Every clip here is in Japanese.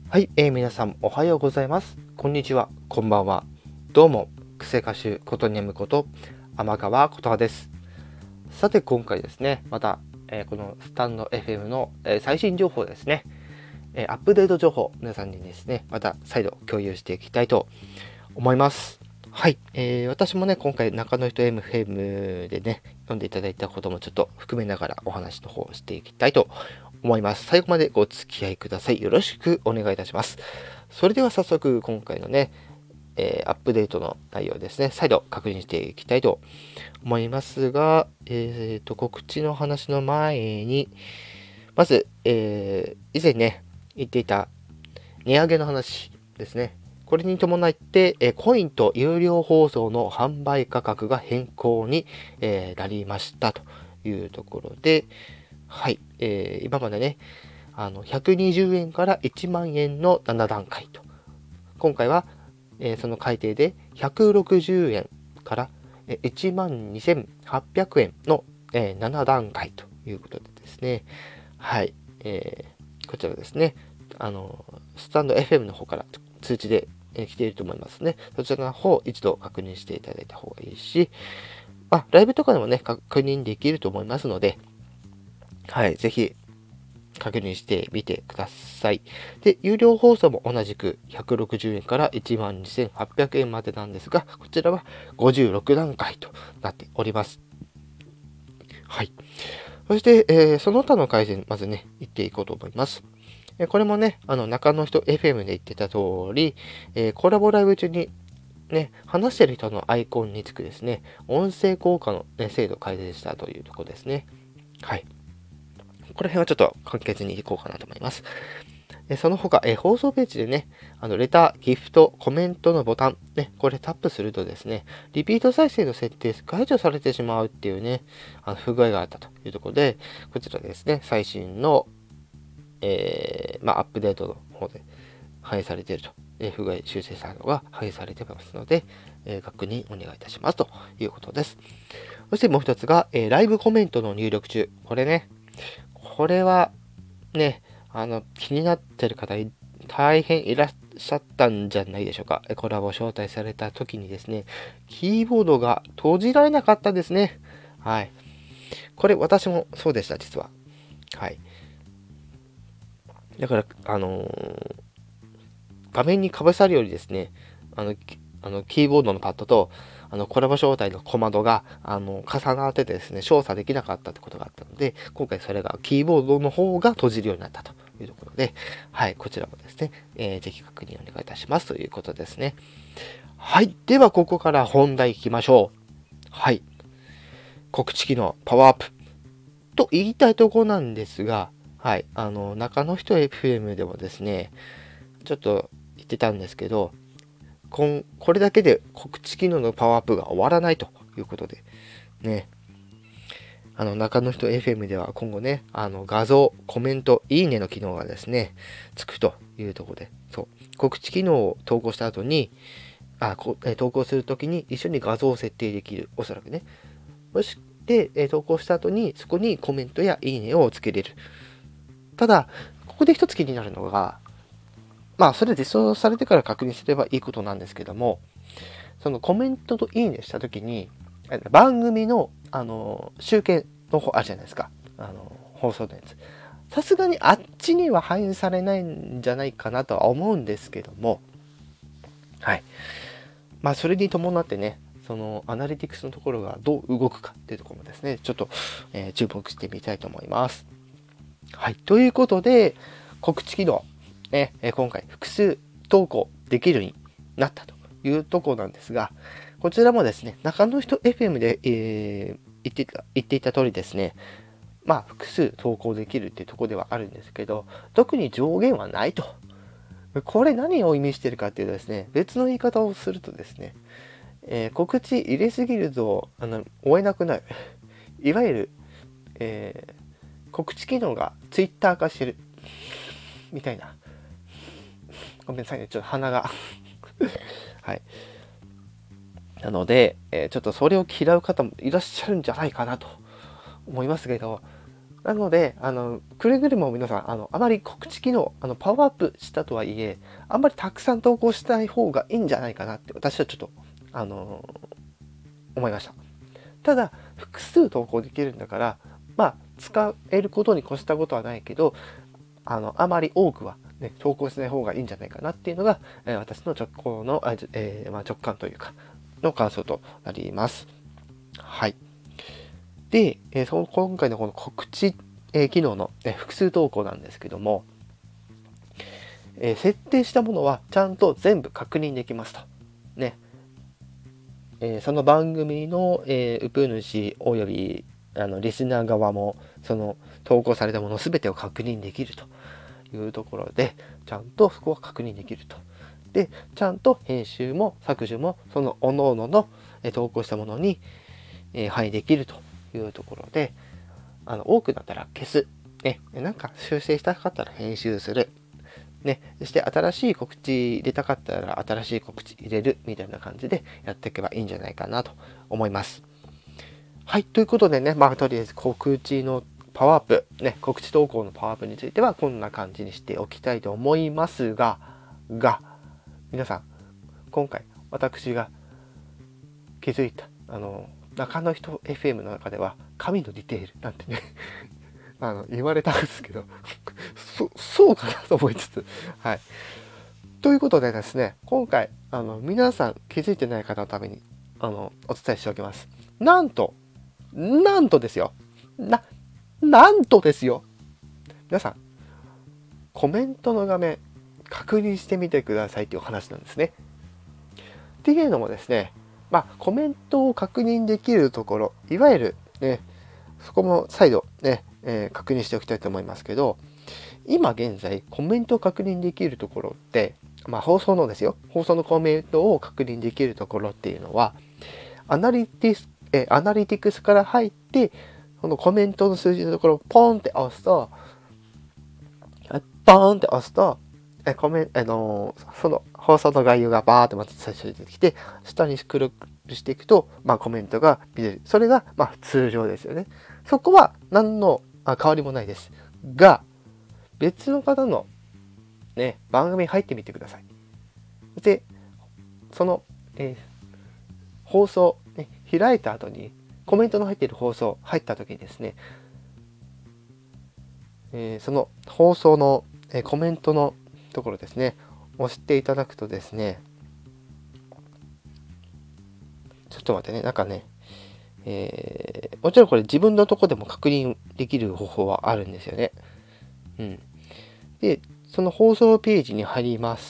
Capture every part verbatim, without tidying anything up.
はい、えー、皆さんおはようございます。こんにちは、こんばんは。どうも、クセ歌手ことにゃむこと天川琴葉です。さて今回ですね、また、えー、このスタンド エフエム の、えー、最新情報ですね、えー、アップデート情報皆さんにですね、また再度共有していきたいと思います。はい、えー、私もね、今回中の人 エムエフエム でね、読んでいただいたこともちょっと含めながらお話の方をしていきたいと思います。最後までご付き合いください。よろしくお願いいたします。それでは早速今回のね、えー、アップデートの内容ですね、再度確認していきたいと思いますが、えーと、告知の話の前に、まず、えー、以前ね、言っていた値上げの話ですね。これに伴って、えー、コインと有料放送の販売価格が変更に、えー、なりましたというところで、はい、えー、今までね、あのひゃくにじゅうえんからいちまんえんのなな段階と、今回は、えー、その改定でひゃくろくじゅうえんからいちまんにせんはっぴゃくえんの、えー、なな段階ということでですね、はい、えー、こちらですね、あのスタンド エフエム の方から通知で、えー、来ていると思いますね。そちらの方一度確認していただいた方がいいし、まあ、ライブとかでもね確認できると思いますので、はい、ぜひ確認してみてください。で、有料放送も同じくひゃくろくじゅうえんからいちまんにせんはっぴゃくえんまでなんですが、こちらはごじゅうろく段階となっております。はい。そして、えー、その他の改善、まずね、言っていこうと思います。えー、これもね、あの、中の人 エフエム で言ってた通り、えー、コラボライブ中にね、話してる人のアイコンにつくですね、音声効果の、ね、精度を改善したというところですね。はい。この辺はちょっと簡潔にいこうかなと思います。その他、え放送ページでね、あのレター、ギフト、コメントのボタン、ね、これタップするとですね、リピート再生の設定解除されてしまうっていうね、あの不具合があったというところで、こちらですね、最新の、えー、まあ、アップデートの方で反映されていると、えー、不具合修正作業が反映されていますので、えー、確認お願いいたしますということです。そしてもう一つが、えー、ライブコメントの入力中。これね、これはね、あの、気になってる方、大変いらっしゃったんじゃないでしょうか。コラボ招待された時にですね、キーボードが閉じられなかったんですね。はい。これ私もそうでした、実は。はい。だから、あのー、画面にかぶさるよりですね、あの、あのキーボードのパッドと、あの、コラボ招待の小窓が、あの、重なっててですね、操作できなかったってことがあったので、今回それがキーボードの方が閉じるようになったというところで、はい、こちらもですね、えー、ぜひ確認お願いいたしますということですね。はい、ではここから本題いきましょう。はい、告知機能パワーアップと言いたいところなんですが、はい、あの、中の人 エフエム でもですね、ちょっと言ってたんですけど、こんこれだけで告知機能のパワーアップが終わらないということで、ね、あの中の人 エフエム では今後ね、あの画像、コメント、いいねの機能がですね、つくというところで、そう、告知機能を投稿した後に、あこえ投稿するときに一緒に画像を設定できる、おそらくね。そして、え投稿した後にそこにコメントやいいねをつけれる。ただ、ここで一つ気になるのが、まあ、それ実装されてから確認すればいいことなんですけども、そのコメントといいねしたときに、番組の、あの、集計の方あるじゃないですか。あの、放送のやつ。さすがにあっちには反映されないんじゃないかなとは思うんですけども、はい。まあ、それに伴ってね、そのアナリティクスのところがどう動くかっていうところもですね、ちょっと、えー、注目してみたいと思います。はい。ということで、告知機能、ね、今回複数投稿できるようになったというところなんですが、こちらもですね、中の人 エフエム で、えー、言っていた言っていた通りですね、まあ、複数投稿できるっていうところではあるんですけど、特に上限はないと。これ何を意味しているかっていうとですね、別の言い方をするとですね、えー、告知入れすぎるとあの追えなくなる。いわゆる、えー、告知機能がツイッター化してるみたいな。ごめんなさいね、ちょっと鼻がはい。なので、えー、ちょっとそれを嫌う方もいらっしゃるんじゃないかなと思いますけど、 なので、あの、くれぐれも皆さん、あの、あまり告知機能、あの、パワーアップしたとはいえ、あんまりたくさん投稿しない方がいいんじゃないかなって、私はちょっと、あの思いました。ただ、複数投稿できるんだから、まあ、使えることに越したことはないけど、あの、あまり多くは、ね、投稿しない方がいいんじゃないかなっていうのが、えー、私の直行の、あえーまあ、直感というか、の感想となります。はい。で、えー、その今回のこの告知、えー、機能の、えー、複数投稿なんですけども、えー、設定したものはちゃんと全部確認できますと。ね。えー、その番組の、えー、ウプ主およびあのリスナー側もその投稿されたもの全てを確認できるというところで、ちゃんとそこは確認できると。で、ちゃんと編集も削除もその各々の、えー、投稿したものに、えー、反映できるというところで、あの多くなったら消す、ね、なんか修正したかったら編集する、ね、そして新しい告知入れたかったら新しい告知入れるみたいな感じでやっていけばいいんじゃないかなと思います。はい、ということでね、まあとりあえず告知のパワーアップ、ね、告知投稿のパワーアップについてはこんな感じにしておきたいと思いますが、が、皆さん、今回私が気づいた、あの、中の人 エフエム の中では神のディテールなんてねあの言われたんですけどそそうかなと思いつつ、はい。ということでですね、今回あの皆さん気づいてない方のためにあのお伝えしておきます。なんと、なんとですよ。な、なんとですよ。皆さん、コメントの画面確認してみてくださいという話なんですね。っていうのもですね、まあコメントを確認できるところ、いわゆるね、そこも再度ね、えー、確認しておきたいと思いますけど、今現在コメントを確認できるところって、まあ放送のですよ、放送のコメントを確認できるところっていうのは、アナリティス、えアナリティクスから入って、このコメントの数字のところをポンって押すと、ポーンって押すと、えコメンあのー、その放送の概要がバーってまず最初に出てきて、下にスクロールしていくと、まあ、コメントが見れる。それが、まあ、通常ですよね。そこは何の変わりもないです。が、別の方の、ね、番組に入ってみてください。で、その、えー、放送、ね、開いた後に、コメントの入っている放送、入った時にですね、えー、その放送の、えー、コメントのところですね、押していただくとですね、ちょっと待ってね、なんかね、えー、もちろんこれ自分のとこでも確認できる方法はあるんですよね。うん。で、その放送ページに入ります。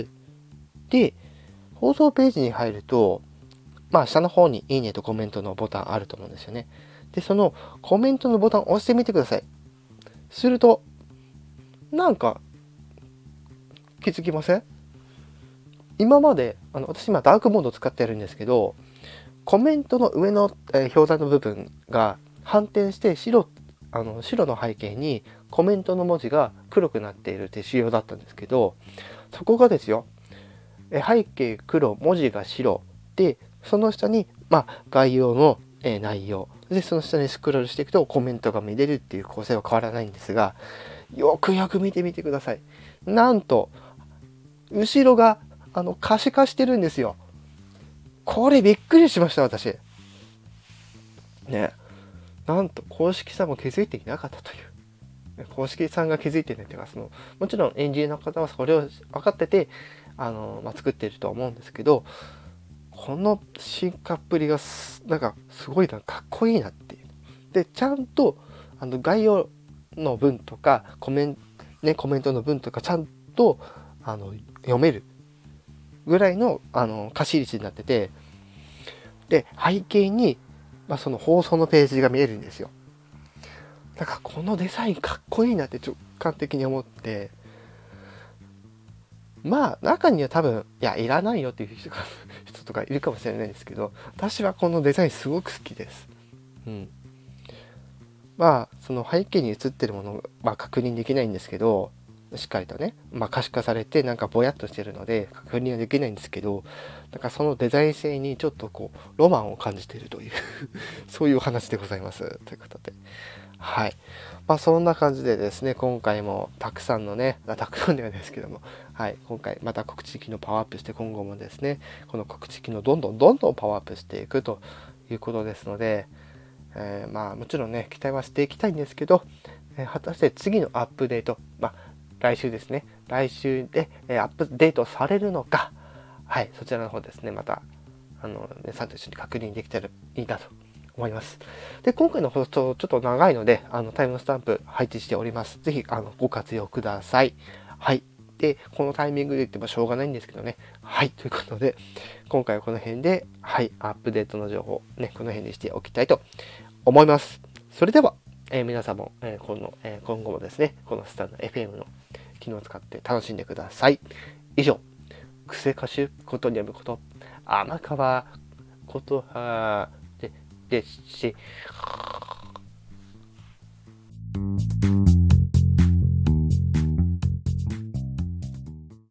で、放送ページに入ると、まあ下の方にいいねとコメントのボタンあると思うんですよね。で、そのコメントのボタンを押してみてください。すると、なんか気づきません？今まで、あの私今ダークモード使ってるんですけど、コメントの上の、えー、表題の部分が反転して白、あの白の背景にコメントの文字が黒くなっているっていう仕様だったんですけど、そこがですよ、えー、背景黒、文字が白で、その下に、まあ、概要の、えー、内容で、その下にスクロールしていくとコメントが見れるっていう構成は変わらないんですが、よくよく見てみてください。なんと後ろがあの可視化してるんですよ。これびっくりしました、私。ね。なんと公式さんも気づいていなかったという。公式さんが気づいてねっていうか、そのもちろんエンジニアの方はそれを分かっててあの、まあ、作っているとは思うんですけど、この進化っぷりがなんかすごいな、かっこいいなっていう。で、ちゃんとあの概要の文とかコメント、ね、コメントの文とかちゃんとあの読めるぐらいのあの可視率になってて、で背景に、まあ、その放送のページが見えるんですよ。だからこのデザインかっこいいなって直感的に思って、まあ中には多分いやいらないよっていう人が人とかいるかもしれないですけど、私はこのデザインすごく好きです。うん。まあその背景に映ってるものは確認できないんですけど、 しっかりとね、まあ、可視化されてなんかぼやっとしてるので確認はできないんですけど、なんかそのデザイン性にちょっとこうロマンを感じているというそういうお話でございますということで、はい、まあそんな感じでですね、今回もたくさんのね、たくさんではないですけども、はい、今回また告知機能パワーアップして、今後もですねこの告知機能どんどんどんどんパワーアップしていくということですので、えー、まあもちろんね期待はしていきたいんですけど、えー、果たして次のアップデート、まあ来週ですね、来週で、えー、アップデートされるのか、はい、そちらの方ですね、またあの皆さんと一緒に確認できたらいいなと思います。で、今回の放送ちょっと長いので、あのタイムスタンプ配置しております。ぜひあのご活用ください。はい。で、このタイミングで言ってもしょうがないんですけどね。はい。ということで、今回はこの辺で、はい、アップデートの情報、ね、この辺にしておきたいと思います。それでは、えー、皆さんも、えー、この、えー、今後もですね、このスタンド エフエム の機能を使って楽しんでください。以上、癖歌手ことにやむこと天川ことはででし